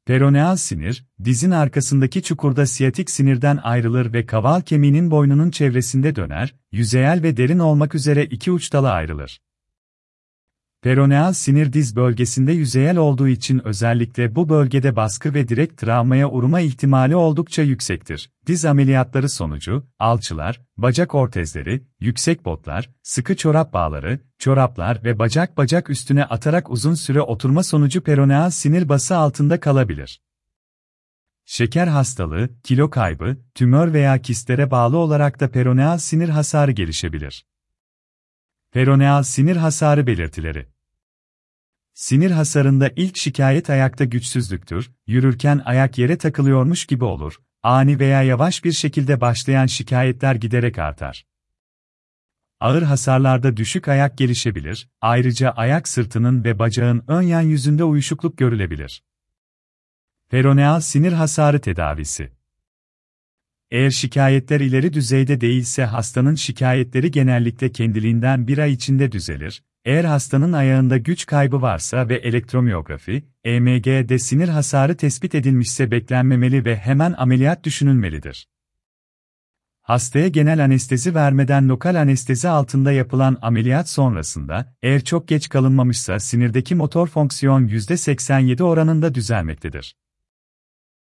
Peroneal sinir, dizin arkasındaki çukurda siyatik sinirden ayrılır ve kaval kemiğinin boynunun çevresinde döner, yüzeyel ve derin olmak üzere iki uç dala ayrılır. Peroneal sinir diz bölgesinde yüzeyel olduğu için özellikle bu bölgede baskı ve direkt travmaya uğrama ihtimali oldukça yüksektir. Diz ameliyatları sonucu, alçılar, bacak ortezleri, yüksek botlar, sıkı çorap bağları, çoraplar ve bacak üstüne atarak uzun süre oturma sonucu peroneal sinir bası altında kalabilir. Şeker hastalığı, kilo kaybı, tümör veya kistlere bağlı olarak da peroneal sinir hasarı gelişebilir. Peroneal sinir hasarı belirtileri. Sinir hasarında ilk şikayet ayakta güçsüzlüktür, yürürken ayak yere takılıyormuş gibi olur, ani veya yavaş bir şekilde başlayan şikayetler giderek artar. Ağır hasarlarda düşük ayak gelişebilir, ayrıca ayak sırtının ve bacağın ön yan yüzünde uyuşukluk görülebilir. Peroneal sinir hasarı tedavisi. Eğer şikayetler ileri düzeyde değilse hastanın şikayetleri genellikle kendiliğinden bir ay içinde düzelir. Eğer hastanın ayağında güç kaybı varsa ve elektromiyografi, EMG'de sinir hasarı tespit edilmişse beklenmemeli ve hemen ameliyat düşünülmelidir. Hastaya genel anestezi vermeden lokal anestezi altında yapılan ameliyat sonrasında, eğer çok geç kalınmamışsa sinirdeki motor fonksiyon %87 oranında düzelmektedir.